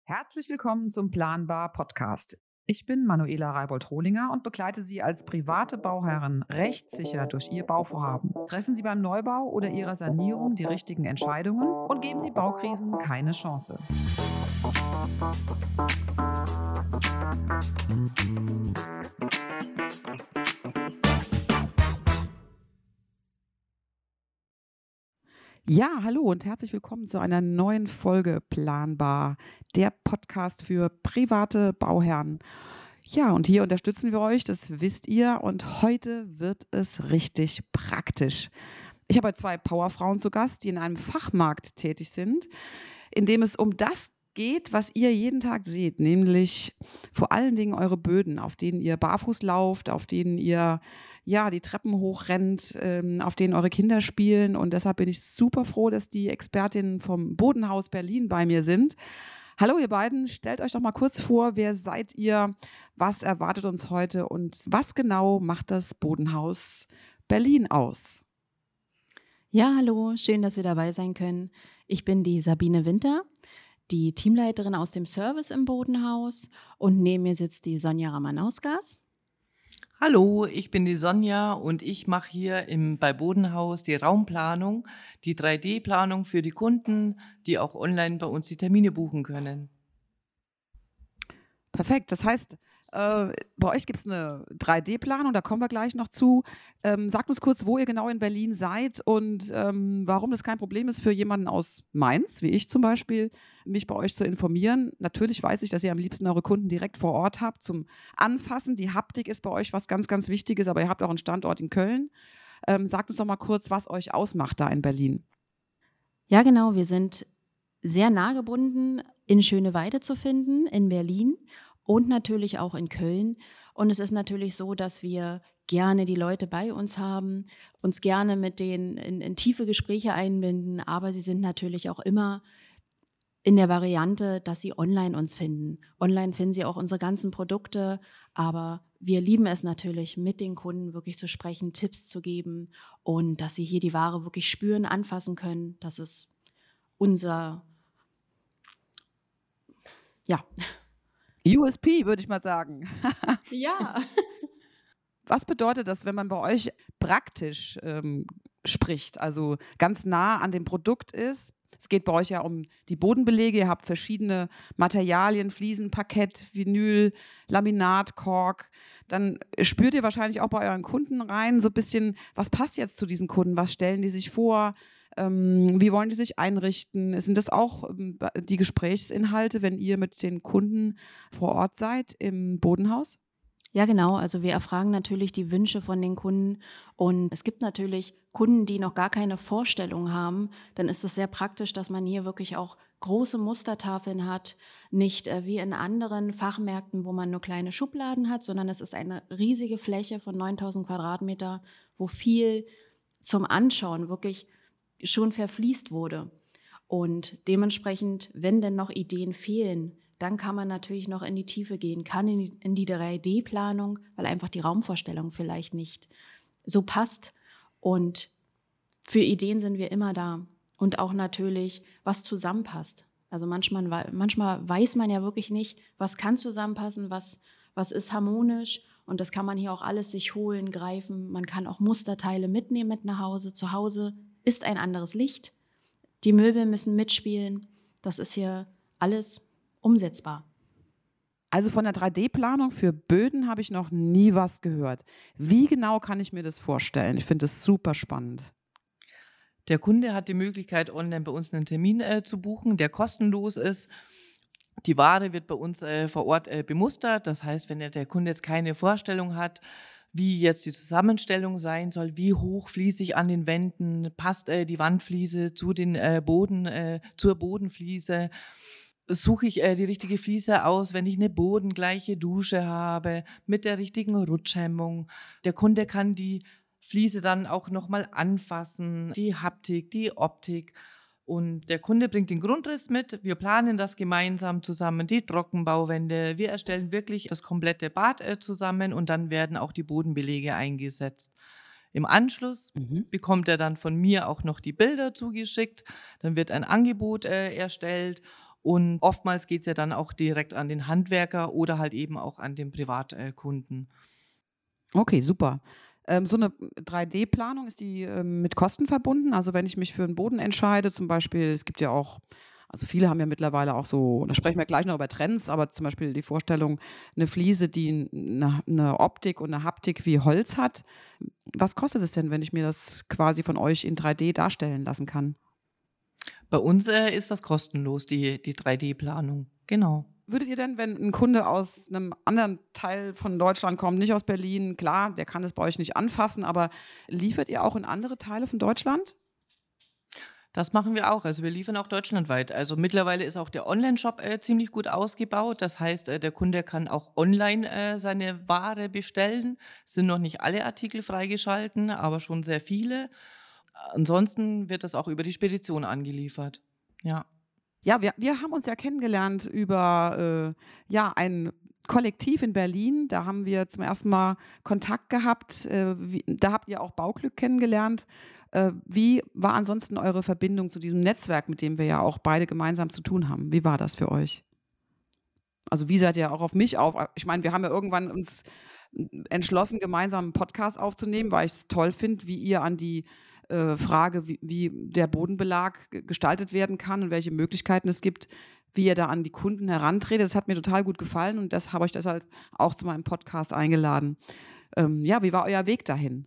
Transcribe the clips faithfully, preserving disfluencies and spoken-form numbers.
Herzlich willkommen zum Planbar Podcast. Ich bin Manuela Reibold-Rohlinger und begleite Sie als private Bauherrin rechtssicher durch Ihr Bauvorhaben. Treffen Sie beim Neubau oder Ihrer Sanierung die richtigen Entscheidungen und geben Sie Baukrisen keine Chance. Ja, hallo und herzlich willkommen zu einer neuen Folge Planbar, der Podcast für private Bauherren. Ja, und hier unterstützen wir euch, das wisst ihr, und heute wird es richtig praktisch. Ich habe zwei Powerfrauen zu Gast, die in einem Fachmarkt tätig sind, in dem es um das geht, was ihr jeden Tag seht, nämlich vor allen Dingen eure Böden, auf denen ihr barfuß lauft, auf denen ihr ja die Treppen hochrennt, ähm, auf denen eure Kinder spielen. Und deshalb bin ich super froh, dass die Expertinnen vom Bodenhaus Berlin bei mir sind. Hallo ihr beiden, stellt euch doch mal kurz vor, wer seid ihr, was erwartet uns heute und was genau macht das Bodenhaus Berlin aus? Ja, hallo, schön, dass wir dabei sein können. Ich bin die Sabine Winter, die Teamleiterin aus dem Service im Bodenhaus, und neben mir sitzt die Sonja Ramanauskas. Hallo, ich bin die Sonja und ich mache hier im, bei Bodenhaus die Raumplanung, die drei D-Planung für die Kunden, die auch online bei uns die Termine buchen können. Perfekt. Das heißt, äh, bei euch gibt es eine drei D-Planung, da kommen wir gleich noch zu. Ähm, sagt uns kurz, wo ihr genau in Berlin seid und ähm, warum es kein Problem ist für jemanden aus Mainz, wie ich zum Beispiel, mich bei euch zu informieren. Natürlich weiß ich, dass ihr am liebsten eure Kunden direkt vor Ort habt zum Anfassen. Die Haptik ist bei euch was ganz, ganz Wichtiges, aber ihr habt auch einen Standort in Köln. Ähm, sagt uns doch mal kurz, was euch ausmacht da in Berlin. Ja, genau, wir sind sehr nah gebunden, in Schöneweide zu finden, in Berlin und natürlich auch in Köln. Und es ist natürlich so, dass wir gerne die Leute bei uns haben, uns gerne mit denen in, in tiefe Gespräche einbinden, aber sie sind natürlich auch immer in der Variante, dass sie online uns finden. Online finden sie auch unsere ganzen Produkte, aber wir lieben es natürlich, mit den Kunden wirklich zu sprechen, Tipps zu geben und dass sie hier die Ware wirklich spüren, anfassen können. Das ist unser, ja. U S P, würde ich mal sagen. Ja. Was bedeutet das, wenn man bei euch praktisch ähm, spricht, also ganz nah an dem Produkt ist? Es geht bei euch ja um die Bodenbelege. Ihr habt verschiedene Materialien, Fliesen, Parkett, Vinyl, Laminat, Kork. Dann spürt ihr wahrscheinlich auch bei euren Kunden rein, so ein bisschen, was passt jetzt zu diesen Kunden? Was stellen die sich vor? Ähm, wie wollen die sich einrichten? Sind das auch ähm, die Gesprächsinhalte, wenn ihr mit den Kunden vor Ort seid im Bodenhaus? Ja, genau. Also wir erfragen natürlich die Wünsche von den Kunden, und es gibt natürlich Kunden, die noch gar keine Vorstellung haben. Dann ist es sehr praktisch, dass man hier wirklich auch große Mustertafeln hat, nicht äh, wie in anderen Fachmärkten, wo man nur kleine Schubladen hat, sondern es ist eine riesige Fläche von neuntausend Quadratmeter, wo viel zum Anschauen wirklich schon verfließt wurde. Und dementsprechend, wenn denn noch Ideen fehlen, dann kann man natürlich noch in die Tiefe gehen, kann in die, in die drei D-Planung, weil einfach die Raumvorstellung vielleicht nicht so passt. Und für Ideen sind wir immer da. Und auch natürlich, was zusammenpasst. Also manchmal, manchmal weiß man ja wirklich nicht, was kann zusammenpassen, was, was ist harmonisch. Und das kann man hier auch alles sich holen, greifen. Man kann auch Musterteile mitnehmen mit nach Hause. Zu Hause ist ein anderes Licht. Die Möbel müssen mitspielen. Das ist hier alles umsetzbar. Also von der drei D-Planung für Böden habe ich noch nie was gehört. Wie genau kann ich mir das vorstellen? Ich finde das super spannend. Der Kunde hat die Möglichkeit, online bei uns einen Termin äh, zu buchen, der kostenlos ist. Die Ware wird bei uns äh, vor Ort äh, bemustert. Das heißt, wenn der, der Kunde jetzt keine Vorstellung hat, wie jetzt die Zusammenstellung sein soll, wie hochfließig an den Wänden, passt äh, die Wandfliese zu den äh, Boden, äh, zur Bodenfliese, suche ich äh, die richtige Fliese aus, wenn ich eine bodengleiche Dusche habe, mit der richtigen Rutschhemmung. Der Kunde kann die Fliese dann auch nochmal anfassen, die Haptik, die Optik. Und der Kunde bringt den Grundriss mit, wir planen das gemeinsam zusammen, die Trockenbauwände, wir erstellen wirklich das komplette Bad äh, zusammen und dann werden auch die Bodenbelege eingesetzt. Im Anschluss Mhm. bekommt er dann von mir auch noch die Bilder zugeschickt, dann wird ein Angebot äh, erstellt Und oftmals geht es ja dann auch direkt an den Handwerker oder halt eben auch an den Privatkunden. Okay, super. Ähm, so eine drei D-Planung, ist die, ähm, mit Kosten verbunden? Also, wenn ich mich für einen Boden entscheide, zum Beispiel, es gibt ja auch, also, viele haben ja mittlerweile auch so, da sprechen wir gleich noch über Trends, aber zum Beispiel die Vorstellung, eine Fliese, die eine 'ne Optik und eine Haptik wie Holz hat. Was kostet es denn, wenn ich mir das quasi von euch in drei D darstellen lassen kann? Bei uns äh, ist das kostenlos, die, die drei D-Planung. Genau. Würdet ihr denn, wenn ein Kunde aus einem anderen Teil von Deutschland kommt, nicht aus Berlin, klar, der kann es bei euch nicht anfassen, aber liefert ihr auch in andere Teile von Deutschland? Das machen wir auch. Also wir liefern auch deutschlandweit. Also mittlerweile ist auch der Onlineshop äh, ziemlich gut ausgebaut. Das heißt, äh, der Kunde kann auch online äh, seine Ware bestellen. Es sind noch nicht alle Artikel freigeschalten, aber schon sehr viele. Ansonsten wird das auch über die Spedition angeliefert. Ja. Ja, wir wir haben uns ja kennengelernt über, äh, ja, ein Kollektiv in Berlin. Da haben wir zum ersten Mal Kontakt gehabt. Äh, wie da habt ihr auch Bauglück kennengelernt. Äh, wie war ansonsten eure Verbindung zu diesem Netzwerk, mit dem wir ja auch beide gemeinsam zu tun haben? Wie war das für euch? Also, wie seid ihr auch auf mich auf ich meine, wir haben ja irgendwann uns entschlossen, gemeinsam 'n Podcast aufzunehmen, weil ich's toll finde, wie ihr an die, äh, Frage, wie wie der Bodenbelag ge gestaltet werden kann und welche Möglichkeiten es gibt, wie ihr da an die Kunden herantretet. Das hat mir total gut gefallen und das habe ich deshalb auch zu meinem Podcast eingeladen. Ähm, ja, wie war euer Weg dahin?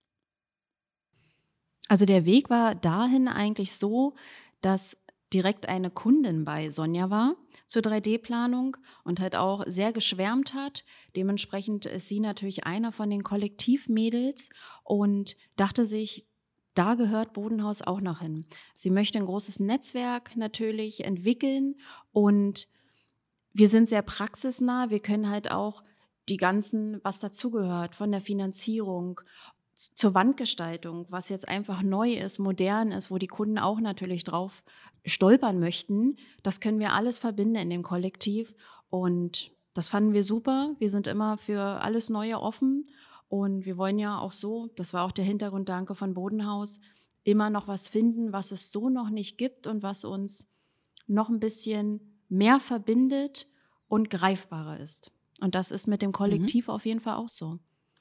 Also der Weg war dahin eigentlich so, dass direkt eine Kundin bei Sonja war zur drei D-Planung und halt auch sehr geschwärmt hat. Dementsprechend ist sie natürlich einer von den Kollektivmädels und dachte sich, da gehört Bodenhaus auch noch hin. Sie möchte ein großes Netzwerk natürlich entwickeln und wir sind sehr praxisnah. Wir können halt auch die ganzen, was dazugehört, von der Finanzierung z- zur Wandgestaltung, was jetzt einfach neu ist, modern ist, wo die Kunden auch natürlich drauf stolpern möchten. Das können wir alles verbinden in dem Kollektiv und das fanden wir super. Wir sind immer für alles Neue offen und wir wollen ja auch so, das war auch der Hintergrund, danke von Bodenhaus, immer noch was finden, was es so noch nicht gibt und was uns noch ein bisschen mehr verbindet und greifbarer ist. Und das ist mit dem Mhm. Kollektiv auf jeden Fall auch so.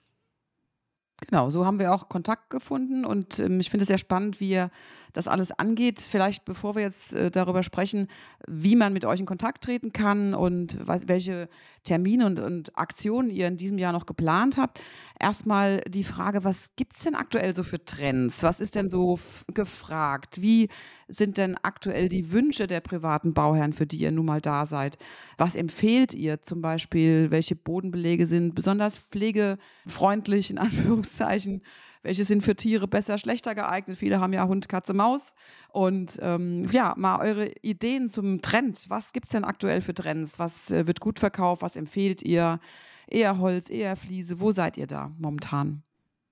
Genau, so haben wir auch Kontakt gefunden und, ähm, ich finde es sehr spannend, wie ihr das alles angeht. Vielleicht, bevor wir jetzt, äh, darüber sprechen, wie man mit euch in Kontakt treten kann und was welche Termine und und Aktionen ihr in diesem Jahr noch geplant habt. Erstmal die Frage: Was gibt's denn aktuell so für Trends? Was ist denn so f gefragt? Wie sind denn aktuell die Wünsche der privaten Bauherren, für die ihr nun mal da seid? Was empfehlt ihr zum Beispiel? Welche Bodenbelege sind besonders pflegefreundlich in Anführungszeichen? Welche sind für Tiere besser, schlechter geeignet? Viele haben ja Hund, Katze, Maus. Und ähm, ja, mal eure Ideen zum Trend. Was gibt es denn aktuell für Trends? Was äh, wird gut verkauft? Was empfehlt ihr? Eher Holz, eher Fliese? Wo seid ihr da momentan?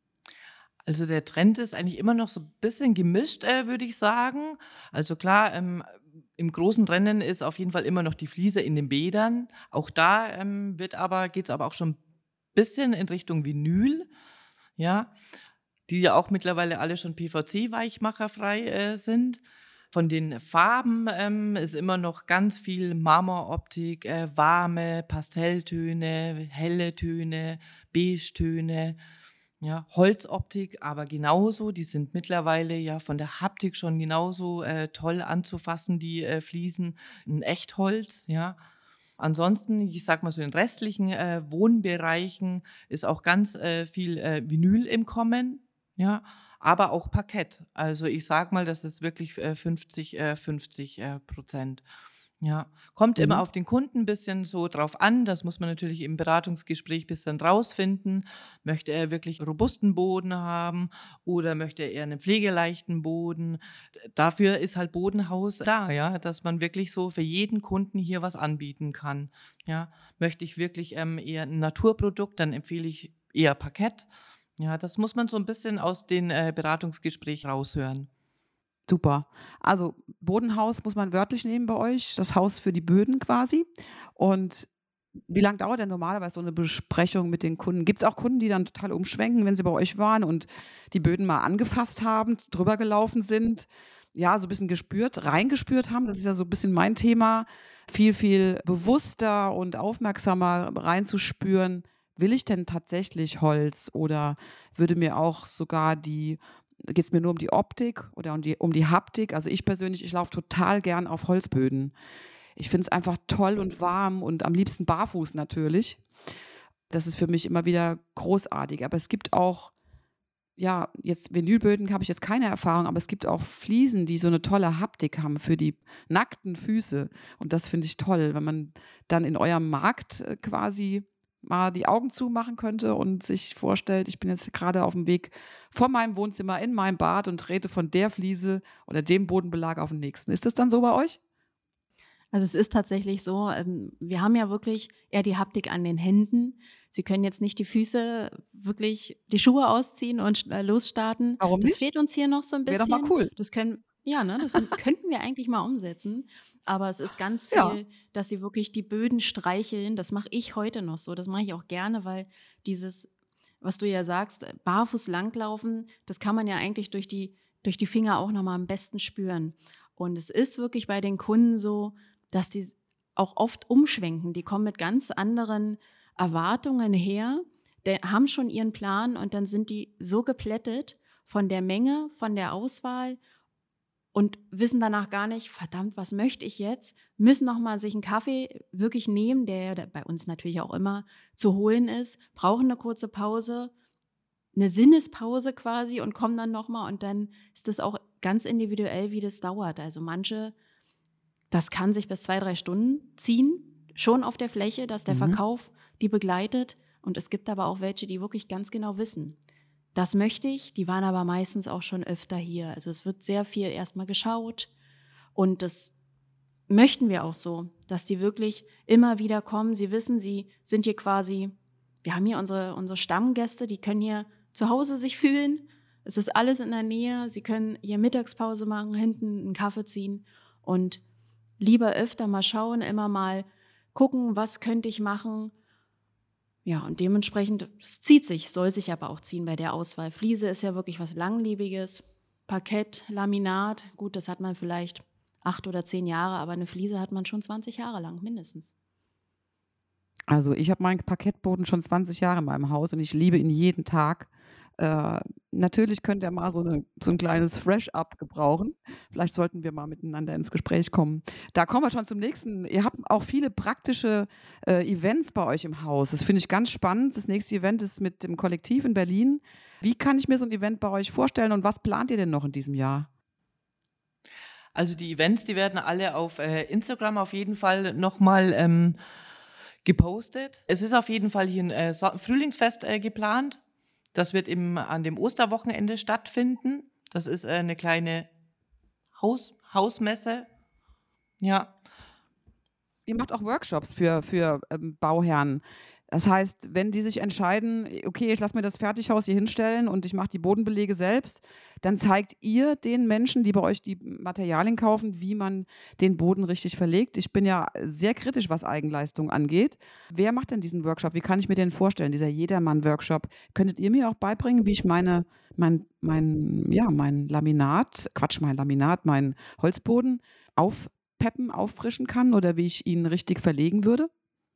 Also der Trend ist eigentlich immer noch so ein bisschen gemischt, äh, würde ich sagen. Also klar, ähm, im großen Rennen ist auf jeden Fall immer noch die Fliese in den Bädern. Auch da ähm, wird aber geht's aber auch schon ein bisschen in Richtung Vinyl, ja, die ja auch mittlerweile alle schon P V C-weichmacherfrei äh, sind. Von den Farben ähm, ist immer noch ganz viel Marmoroptik, äh, warme Pastelltöne, helle Töne, Beige-Töne. Ja, Holzoptik, aber genauso, die sind mittlerweile ja von der Haptik schon genauso, äh, toll anzufassen, die, äh, Fliesen, 'n Echtholz, ja. Ansonsten, ich sage mal so in restlichen, äh, Wohnbereichen ist auch ganz, äh, viel, äh, Vinyl im Kommen, ja, aber auch Parkett. Also, ich sage mal, das ist wirklich, äh, fünfzig, äh, fünfzig, äh, Prozent. Ja, kommt immer Mhm. auf den Kunden ein bisschen so drauf an. Das muss man natürlich im Beratungsgespräch bisschen rausfinden. Möchte er wirklich robusten Boden haben oder möchte er eher einen pflegeleichten Boden? D Dafür ist halt Bodenhaus da, ja, dass man wirklich so für jeden Kunden hier was anbieten kann, ja. Möchte ich wirklich, ähm, eher 'n Naturprodukt, dann empfehle ich eher Parkett. Ja, das muss man so ein bisschen aus den, äh, Beratungsgespräch raushören. Super. Also Bodenhaus muss man wörtlich nehmen bei euch, das Haus für die Böden quasi. Und wie lang dauert denn normalerweise so eine Besprechung mit den Kunden? Gibt es auch Kunden, die dann total umschwenken, wenn sie bei euch waren und die Böden mal angefasst haben, drüber gelaufen sind? ja, so ein bisschen gespürt, reingespürt haben. Das ist ja so ein bisschen mein Thema, viel, viel bewusster und aufmerksamer reinzuspüren. Will ich denn tatsächlich Holz oder würde mir auch sogar die geht es mir nur um die Optik oder um die um die Haptik? Also, ich persönlich, ich laufe total gern auf Holzböden. Ich finde es einfach toll und warm und am liebsten barfuß natürlich. Das ist für mich immer wieder großartig. Aber es gibt auch, ja, jetzt Vinylböden habe ich jetzt keine Erfahrung, aber es gibt auch Fliesen, die so eine tolle Haptik haben für die nackten Füße. Und das finde ich toll, wenn man dann in eurem Markt, äh, quasi mal die Augen zumachen könnte und sich vorstellt, ich bin jetzt gerade auf dem Weg von meinem Wohnzimmer in mein Bad und trete von der Fliese oder dem Bodenbelag auf den nächsten. Ist das dann so bei euch? Also es ist tatsächlich so, ähm, wir haben ja wirklich eher die Haptik an den Händen. Sie können jetzt nicht die Füße wirklich die Schuhe ausziehen und äh, losstarten. Warum Das nicht? fehlt uns hier noch so ein Wäre doch mal bisschen. cool. Das können, ja, ne, das könnten wir eigentlich mal umsetzen. Aber es ist ganz Ja. viel, dass sie wirklich die Böden streicheln. Das mache ich heute noch so. Das mache ich auch gerne, weil dieses, was du ja sagst, äh, barfuß langlaufen, das kann man ja eigentlich durch die, durch die Finger auch nochmal am besten spüren. Und es ist wirklich bei den Kunden so, dass die auch oft umschwenken. Die kommen mit ganz anderen Erwartungen her, der, haben schon ihren Plan und dann sind die so geplättet von der Menge, von der Auswahl und wissen danach gar nicht, verdammt, was möchte ich jetzt? Müssen nochmal sich einen Kaffee wirklich nehmen, der ja bei uns natürlich auch immer zu holen ist, brauchen eine kurze Pause, eine Sinnespause quasi und kommen dann nochmal und dann ist das auch ganz individuell, wie das dauert. Also manche, das kann sich bis zwei, drei Stunden ziehen, schon auf der Fläche, dass der Mhm. Verkauf die begleitet. Und es gibt aber auch welche, die wirklich ganz genau wissen, das möchte ich. Die waren aber meistens auch schon öfter hier. Also es wird sehr viel erstmal geschaut. Und das möchten wir auch so, dass die wirklich immer wieder kommen. Sie wissen, sie sind hier quasi, wir haben hier unsere, unsere Stammgäste, die können hier zu Hause sich fühlen. Es ist alles in der Nähe. Sie können hier Mittagspause machen, hinten einen Kaffee ziehen und lieber öfter mal schauen, immer mal gucken, was könnte ich machen. Ja, und dementsprechend, es zieht sich, soll sich aber auch ziehen bei der Auswahl. Fliese ist ja wirklich was Langlebiges. Parkett, Laminat, gut, das hat man vielleicht acht oder zehn Jahre, aber eine Fliese hat man schon zwanzig Jahre lang, mindestens. Also, ich habe meinen Parkettboden schon zwanzig Jahre in meinem Haus und ich liebe ihn jeden Tag. Äh, natürlich könnte er mal so 'ne so 'n kleines Fresh-up gebrauchen. Vielleicht sollten wir mal miteinander ins Gespräch kommen. Da kommen wir schon zum nächsten. Ihr habt auch viele praktische, äh, Events bei euch im Haus. Das finde ich ganz spannend. Das nächste Event ist mit dem Kollektiv in Berlin. Wie kann ich mir so 'n Event bei euch vorstellen und was plant ihr denn noch in diesem Jahr? Also die Events, die werden alle auf äh, Instagram auf jeden Fall nochmal ähm, gepostet. Es ist auf jeden Fall hier ein äh, So- Frühlingsfest äh, geplant. Das wird im, an dem Osterwochenende stattfinden. Das ist äh, eine kleine Haus, Hausmesse. Ja, Ihr macht auch Workshops für für, ähm, Bauherren. Das heißt, wenn die sich entscheiden: „Okay, ich lasse mir das Fertighaus hier hinstellen und ich mache die Bodenbelege selbst“, dann zeigt ihr den Menschen, die bei euch die Materialien kaufen, wie man den Boden richtig verlegt. Ich bin ja sehr kritisch, was Eigenleistung angeht. Wer macht denn diesen Workshop? Wie kann ich mir den vorstellen, dieser Jedermann-Workshop? Könntet ihr mir auch beibringen, wie ich meine mein mein ja, mein Laminat Quatsch, mein Laminat, meinen Holzboden aufpeppen, auffrischen kann oder wie ich ihn richtig verlegen würde?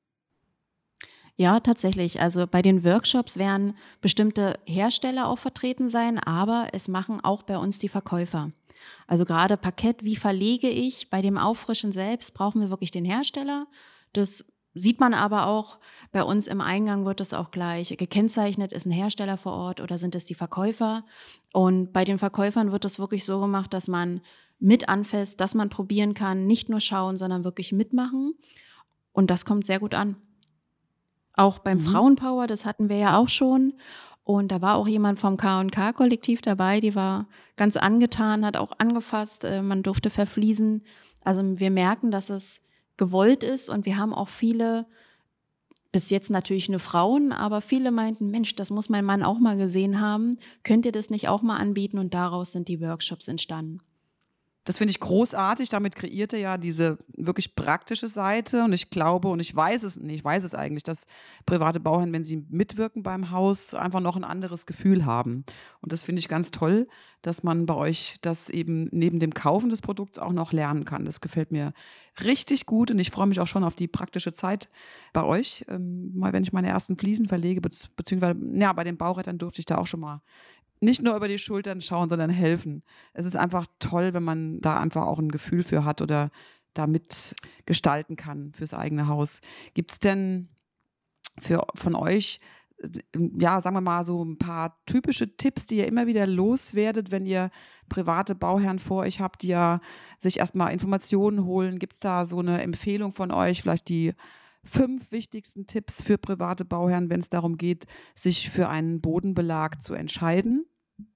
Ja, tatsächlich. Also bei den Workshops werden bestimmte Hersteller auch vertreten sein, aber es machen auch bei uns die Verkäufer. Also gerade Parkett, wie verlege ich? Bei dem Auffrischen selbst brauchen wir wirklich den Hersteller. Das sieht man aber auch bei uns im Eingang, wird das auch gleich gekennzeichnet, ist ein Hersteller vor Ort oder sind es die Verkäufer? Und bei den Verkäufern wird das wirklich so gemacht, dass man mit anfasst, dass man probieren kann, nicht nur schauen, sondern wirklich mitmachen. Und das kommt sehr gut an. Auch beim Mhm. Frauenpower, das hatten wir ja auch schon. Und da war auch jemand vom K und K-Kollektiv dabei, die war ganz angetan, hat auch angefasst, äh, man durfte verfließen. Also wir merken, dass es gewollt ist und wir haben auch viele, bis jetzt natürlich nur Frauen, aber viele meinten, Mensch, das muss mein Mann auch mal gesehen haben. Könnt ihr das nicht auch mal anbieten? Und daraus sind die Workshops entstanden. Das finde ich großartig. Damit kreiert er ja diese wirklich praktische Seite. Und ich glaube und ich weiß es, nee, ich weiß es eigentlich, dass private Bauherren, wenn sie mitwirken beim Haus, einfach noch ein anderes Gefühl haben. Und das finde ich ganz toll, dass man bei euch das eben neben dem Kaufen des Produkts auch noch lernen kann. Das gefällt mir richtig gut und ich freue mich auch schon auf die praktische Zeit bei euch. Ähm, mal, wenn ich meine ersten Fliesen verlege, bezieh- beziehungsweise, ja, bei den Baurettern durfte ich da auch schon mal nicht nur über die Schultern schauen, sondern helfen. Es ist einfach toll, wenn man da einfach auch ein Gefühl für hat oder damit gestalten kann fürs eigene Haus. Gibt es denn für von euch, äh, ja, sagen wir mal, so ein paar typische Tipps, die ihr immer wieder loswerdet, wenn ihr private Bauherren vor euch habt, die ja sich erstmal Informationen holen? Gibt es da so eine Empfehlung von euch, vielleicht die fünf wichtigsten Tipps für private Bauherren, wenn es darum geht, sich für einen Bodenbelag zu entscheiden?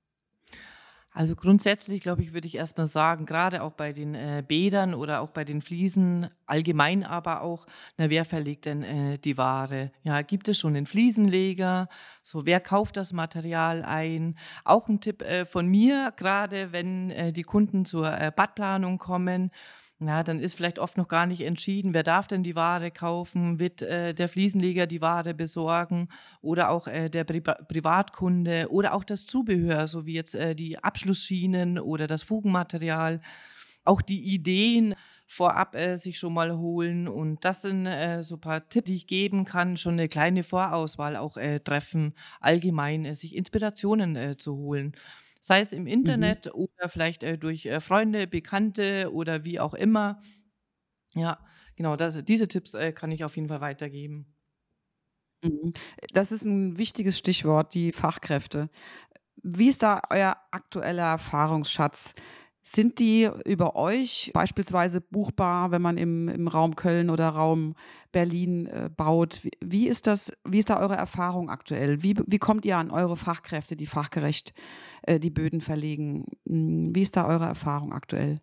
Also grundsätzlich, glaube ich, würde ich erst mal sagen, gerade auch bei den, äh, Bädern oder auch bei den Fliesen, allgemein aber auch, na, wer verlegt denn, äh, die Ware? Ja, gibt es schon 'nen Fliesenleger? So, wer kauft das Material ein? Auch ein Tipp, äh, von mir, gerade wenn, äh, die Kunden zur, äh, Badplanung kommen, na, dann ist vielleicht oft noch gar nicht entschieden, wer darf denn die Ware kaufen? Wird, äh, der Fliesenleger die Ware besorgen? Oder auch, äh, der Priva Privatkunde oder auch das Zubehör, so wie jetzt, äh, die Abschlussschienen oder das Fugenmaterial. Auch die Ideen vorab, äh, sich schon mal holen und das sind, äh, so ein paar Tipps, die ich geben kann, schon eine kleine Vorauswahl auch, äh, treffen, allgemein, äh, sich Inspirationen, äh, zu holen. Sei es im Mhm. Internet oder vielleicht, äh, durch, äh, Freunde, Bekannte oder wie auch immer. Ja, genau, das diese Tipps, äh, kann ich auf jeden Fall weitergeben. Mhm. Das ist ein wichtiges Stichwort, die Fachkräfte. Wie ist da euer aktueller Erfahrungsschatz? Sind die über euch beispielsweise buchbar, wenn man im im Raum Köln oder Raum Berlin, äh, baut? Wie wie ist das wie ist da eure Erfahrung aktuell? Wie wie kommt ihr an eure Fachkräfte, die fachgerecht, äh, die Böden verlegen? Hm, wie ist da eure Erfahrung aktuell?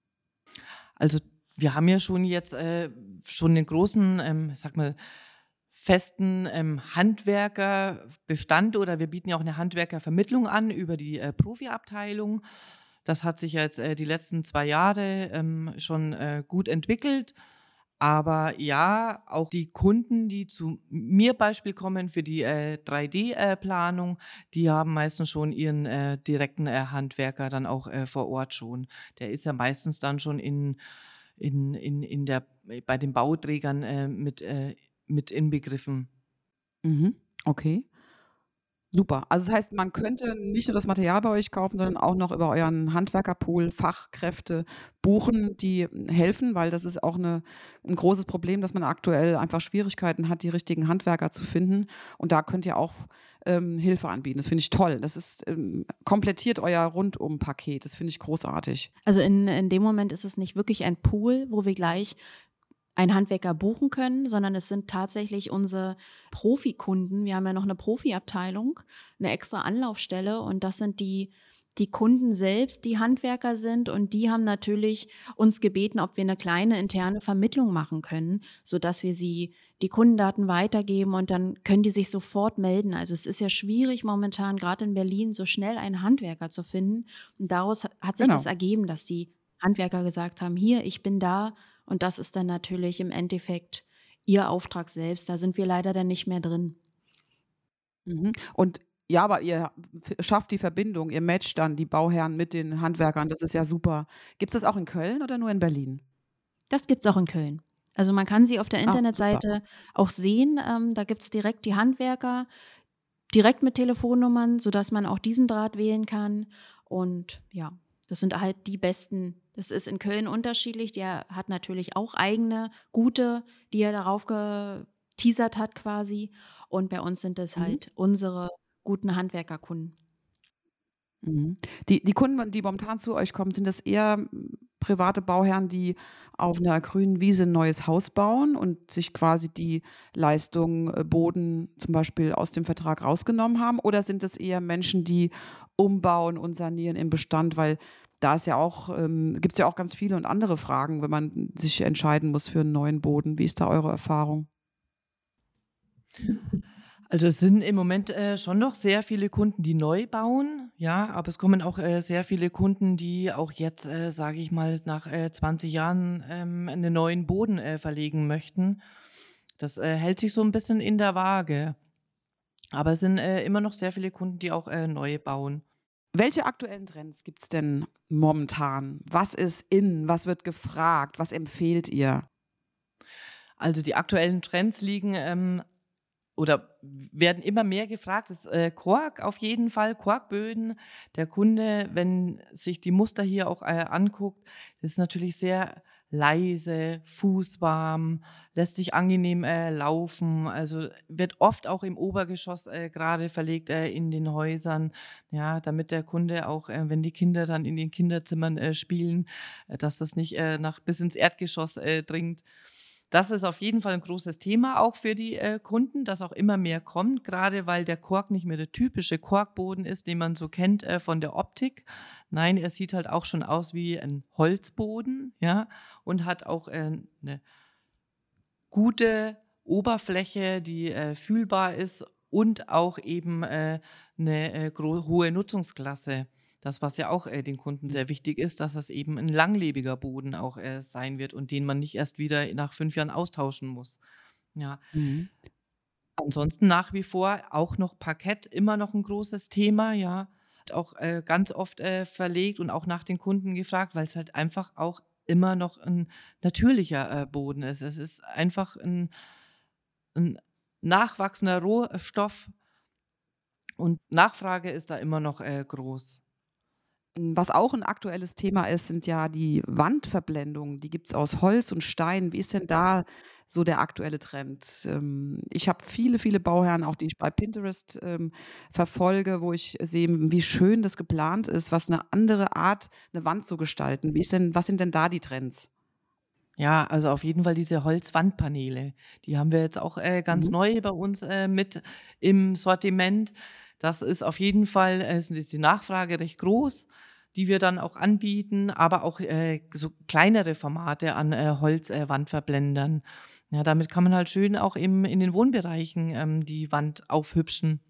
Also, wir haben ja schon jetzt, äh, schon den großen, ähm, ich sage mal, festen, ähm, Handwerkerbestand oder wir bieten ja auch eine Handwerkervermittlung an über die, äh, Profiabteilung. Das hat sich ja jetzt, äh, die letzten zwei Jahre, ähm, schon, äh, gut entwickelt. Aber ja, auch die Kunden, die zu mir Beispiel kommen für die, äh, drei D, äh, Planung, die haben meistens schon ihren, äh, direkten, äh, Handwerker dann auch, äh, vor Ort schon. Der ist ja meistens dann schon in in in in der bei den Bauträgern, äh, mit, äh mit inbegriffen. Mhm, okay. Super. Also das heißt, man könnte nicht nur das Material bei euch kaufen, sondern auch noch über euren Handwerkerpool Fachkräfte buchen, die helfen, weil das ist auch 'ne 'n großes Problem, dass man aktuell einfach Schwierigkeiten hat, die richtigen Handwerker zu finden. Und da könnt ihr auch, ähm, Hilfe anbieten. Das finde ich toll. Das ist, ähm komplettiert euer Rundumpaket. Das finde ich großartig. Also in, in dem Moment ist es nicht wirklich ein Pool, wo wir gleich einen Handwerker buchen können, sondern es sind tatsächlich unsere Profikunden. Wir haben ja noch eine Profiabteilung, eine extra Anlaufstelle und das sind die die Kunden selbst, die Handwerker sind und die haben natürlich uns gebeten, ob wir eine kleine interne Vermittlung machen können, sodass wir sie die Kundendaten weitergeben und dann können die sich sofort melden. Also, es ist ja schwierig momentan, gerade in Berlin, so schnell einen Handwerker zu finden und daraus ha hat sich das Genau. ergeben, dass die Handwerker gesagt haben: „Hier, ich bin da.“ Und das ist dann natürlich im Endeffekt ihr Auftrag selbst. Da sind wir leider dann nicht mehr drin. Mhm. Und ja, aber ihr f schafft die Verbindung. Ihr matcht dann die Bauherren mit den Handwerkern. Das ist ja super. Gibt's das auch in Köln oder nur in Berlin? Das gibt's auch in Köln. Also, man kann sie auf der Ah, super. Internetseite auch sehen. Ähm, da gibt's direkt die Handwerker, direkt mit Telefonnummern, sodass man auch diesen Draht wählen kann. Und ja, das sind halt die besten. Das ist in Köln unterschiedlich. Der hat natürlich auch eigene gute, die er darauf geteasert hat quasi. Und bei uns sind es Mhm. halt unsere guten Handwerkerkunden. Mhm. Die die Kunden, die momentan zu euch kommen, sind das eher, hm, private Bauherren, die auf 'ner grünen Wiese 'n neues Haus bauen und sich quasi die Leistung, äh, Boden zum Beispiel aus dem Vertrag rausgenommen haben? Oder sind es eher Menschen, die umbauen und sanieren im Bestand? Weil da ist ja auch ähm, gibt's ja auch ganz viele und andere Fragen, wenn man sich entscheiden muss für 'n neuen Boden. Wie ist da eure Erfahrung? Also es sind im Moment äh, schon noch sehr viele Kunden, die neu bauen, ja, aber es kommen auch äh, sehr viele Kunden, die auch jetzt, äh, sage ich mal, nach äh, zwanzig Jahren ähm, einen neuen Boden äh, verlegen möchten. Das äh, hält sich so ein bisschen in der Waage. Aber es sind äh, immer noch sehr viele Kunden, die auch äh, neu bauen. Welche aktuellen Trends gibt es denn momentan? Was ist in? Was wird gefragt? Was empfehlt ihr? Also die aktuellen Trends liegen ähm, oder werden immer mehr gefragt, ist äh, Kork auf jeden Fall, Korkböden. Der Kunde, wenn sich die Muster hier auch äh, anguckt, das ist natürlich sehr leise, fußwarm, lässt sich angenehm äh, laufen. Also wird oft auch im Obergeschoss äh, gerade verlegt äh, in den Häusern, ja, damit der Kunde auch, äh, wenn die Kinder dann in den Kinderzimmern äh, spielen, äh, dass das nicht äh, nach bis ins Erdgeschoss äh, dringt. Das ist auf jeden Fall ein großes Thema auch für die, äh, Kunden, dass auch immer mehr kommt, gerade weil der Kork nicht mehr der typische Korkboden ist, den man so kennt, äh, von der Optik. Nein, er sieht halt auch schon aus wie ein Holzboden, ja, und hat auch, äh, 'ne gute Oberfläche, die, äh, fühlbar ist und auch eben, äh, 'ne, äh, gro hohe Nutzungsklasse. Das, was ja auch, äh, den Kunden sehr wichtig ist, dass es eben ein langlebiger Boden auch, äh, sein wird und den man nicht erst wieder nach fünf Jahren austauschen muss. Ja. Mhm. Ansonsten nach wie vor auch noch Parkett, immer noch ein großes Thema, ja. Wird auch, äh, ganz oft, äh, verlegt und auch nach den Kunden gefragt, weil es halt einfach auch immer noch ein natürlicher, äh, Boden ist. Es ist einfach ein 'n nachwachsender Rohstoff und Nachfrage ist da immer noch, äh, groß. Was auch ein aktuelles Thema ist, sind ja die Wandverblendungen. Die gibt's aus Holz und Stein. Wie ist denn da so der aktuelle Trend? Ähm, ich habe viele, viele Bauherren, auch die ich bei Pinterest, ähm, verfolge, wo ich sehe, wie schön das geplant ist, was eine andere Art, eine Wand zu gestalten. Wie ist denn was sind denn da die Trends? Ja, also auf jeden Fall diese Holzwandpaneele. Die haben wir jetzt auch, äh, ganz Mhm. neu bei uns, äh, mit im Sortiment. Das ist auf jeden Fall äh, ist die Nachfrage recht groß, die wir dann auch anbieten, aber auch, äh, so kleinere Formate an, äh, Holz äh, Wandverblendern. Ja, damit kann man halt schön auch im in den Wohnbereichen, ähm, die Wand aufhübschen.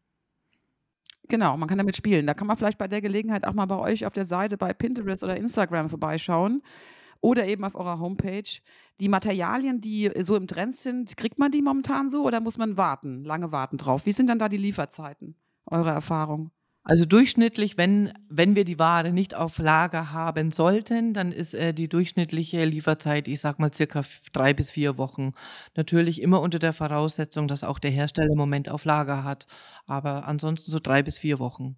Genau, man kann damit spielen. Da kann man vielleicht bei der Gelegenheit auch mal bei euch auf der Seite bei Pinterest oder Instagram vorbeischauen oder eben auf eurer Homepage. Die Materialien, die so im Trend sind, kriegt man die momentan so oder muss man warten, lange warten drauf? Wie sind dann da die Lieferzeiten, eure Erfahrung? Also durchschnittlich, wenn wenn wir die Ware nicht auf Lager haben sollten, dann ist, äh, die durchschnittliche Lieferzeit, ich sage mal, circa f drei bis vier Wochen. Natürlich immer unter der Voraussetzung, dass auch der Hersteller im Moment auf Lager hat, aber ansonsten so drei bis vier Wochen.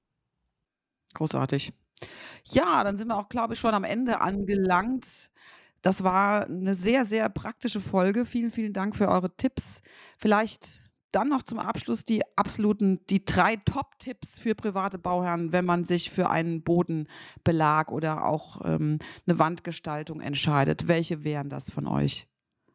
Großartig. Ja, dann sind wir auch, glaube ich, schon am Ende angelangt. Das war eine sehr, sehr praktische Folge. Vielen, vielen Dank für eure Tipps. Vielleicht dann noch zum Abschluss die absoluten die drei Top-Tipps für private Bauherren, wenn man sich für einen Bodenbelag oder auch, ähm, 'ne Wandgestaltung entscheidet. Welche wären das von euch?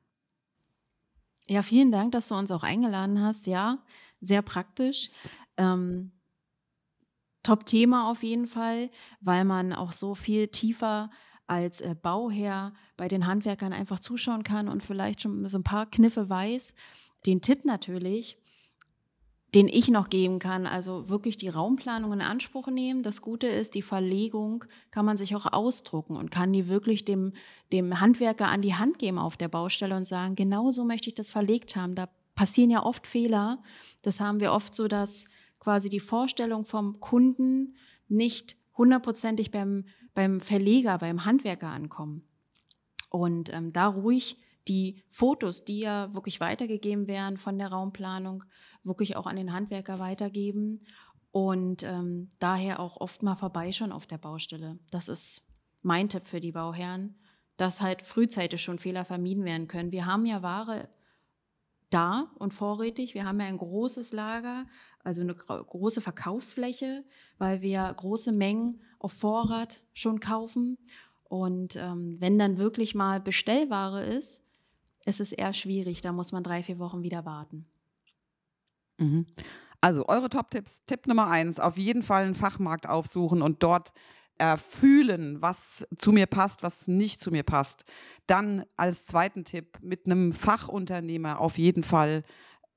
Ja, vielen Dank, dass du uns auch eingeladen hast. Ja, sehr praktisch. Ähm, Top-Thema auf jeden Fall, weil man auch so viel tiefer als, äh, Bauherr bei den Handwerkern einfach zuschauen kann und vielleicht schon so ein paar Kniffe weiß. Den Tipp natürlich, den ich noch geben kann, also wirklich die Raumplanung in Anspruch nehmen. Das Gute ist, die Verlegung kann man sich auch ausdrucken und kann die wirklich dem dem Handwerker an die Hand geben auf der Baustelle und sagen: „Genau so möchte ich das verlegt haben.“ Da passieren ja oft Fehler. Das haben wir oft so, dass quasi die Vorstellung vom Kunden nicht hundertprozentig beim beim Verleger, beim Handwerker ankommen. Und, ähm, da ruhig die Fotos, die ja wirklich weitergegeben werden von der Raumplanung, wirklich auch an den Handwerker weitergeben und, ähm, daher auch oft mal vorbeischauen auf der Baustelle. Das ist mein Tipp für die Bauherren, dass halt frühzeitig schon Fehler vermieden werden können. Wir haben ja Ware da und vorrätig. Wir haben ja ein großes Lager, also eine grau große Verkaufsfläche, weil wir große Mengen auf Vorrat schon kaufen. Und, ähm, wenn dann wirklich mal Bestellware ist, ist es eher schwierig. Da muss man drei vier Wochen wieder warten. Mhm. Also, eure Top-Tipps. Tipp Nummer eins: auf jeden Fall 'n Fachmarkt aufsuchen und dort erfühlen, was zu mir passt, was nicht zu mir passt. Dann als zweiten Tipp mit einem Fachunternehmer auf jeden Fall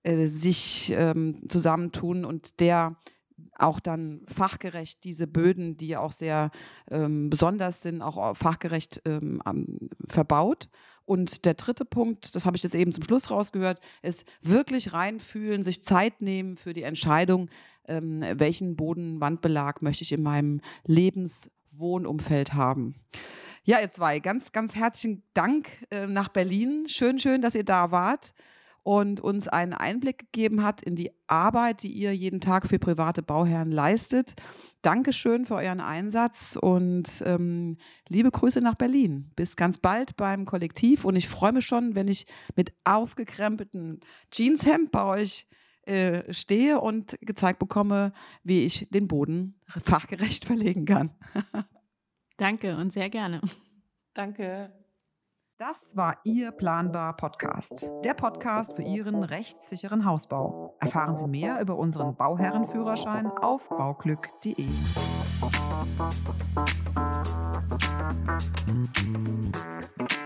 äh, sich ähm, zusammentun und der auch dann fachgerecht diese Böden, die ja auch sehr ähm, besonders sind, auch fachgerecht ähm, verbaut. Und der dritte Punkt, das habe ich jetzt eben zum Schluss rausgehört, ist wirklich reinfühlen, sich Zeit nehmen für die Entscheidung, ähm, welchen Bodenwandbelag möchte ich in meinem Lebenswohnumfeld haben. Ja, ihr zwei, ganz, ganz herzlichen Dank äh, nach Berlin. Schön, schön, dass ihr da wart und uns einen Einblick gegeben hat in die Arbeit, die ihr jeden Tag für private Bauherren leistet. Dankeschön für euren Einsatz und ähm, liebe Grüße nach Berlin. Bis ganz bald beim Kollektiv und ich freue mich schon, wenn ich mit aufgekrempelten Jeanshemd bei euch äh, stehe und gezeigt bekomme, wie ich den Boden fachgerecht verlegen kann. Danke und sehr gerne. Danke. Das war Ihr Planbar Podcast, der Podcast für Ihren rechtssicheren Hausbau. Erfahren Sie mehr über unseren Bauherrenführerschein auf bauglück punkt de.